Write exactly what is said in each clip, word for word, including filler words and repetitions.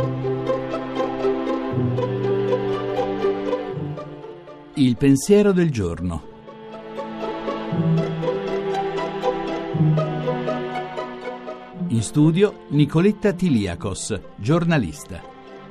Il pensiero del giorno. In studio Nicoletta Tiliakos, giornalista.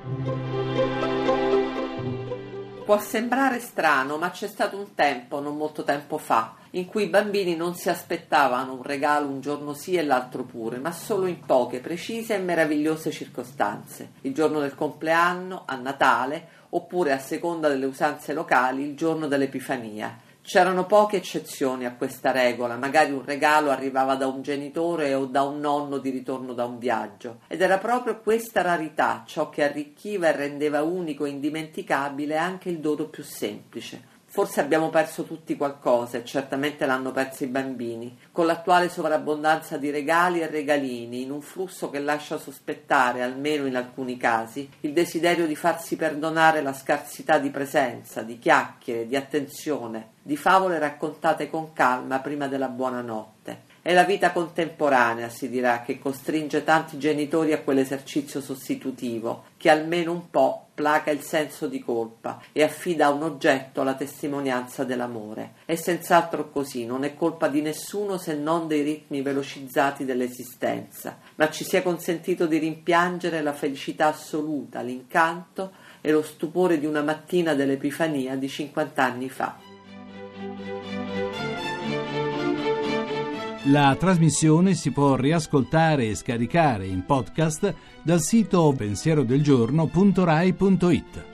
Può sembrare strano, ma c'è stato un tempo, non molto tempo fa, in cui i bambini non si aspettavano un regalo un giorno sì e l'altro pure, ma solo in poche, precise e meravigliose circostanze. Il giorno del compleanno, a Natale, oppure, a seconda delle usanze locali, il giorno dell'Epifania. C'erano poche eccezioni a questa regola, magari un regalo arrivava da un genitore o da un nonno di ritorno da un viaggio, ed era proprio questa rarità ciò che arricchiva e rendeva unico e indimenticabile anche il dono più semplice. Forse abbiamo perso tutti qualcosa, e certamente l'hanno perso i bambini, con l'attuale sovrabbondanza di regali e regalini, in un flusso che lascia sospettare, almeno in alcuni casi, il desiderio di farsi perdonare la scarsità di presenza, di chiacchiere, di attenzione, di favole raccontate con calma prima della buonanotte. È la vita contemporanea, si dirà, che costringe tanti genitori a quell'esercizio sostitutivo, che almeno un po' placa il senso di colpa e affida a un oggetto la testimonianza dell'amore. È senz'altro così, non è colpa di nessuno se non dei ritmi velocizzati dell'esistenza, ma ci sia consentito di rimpiangere la felicità assoluta, l'incanto e lo stupore di una mattina dell'Epifania di cinquant'anni fa. La trasmissione si può riascoltare e scaricare in podcast dal sito pensierodelgiorno punto rai punto it.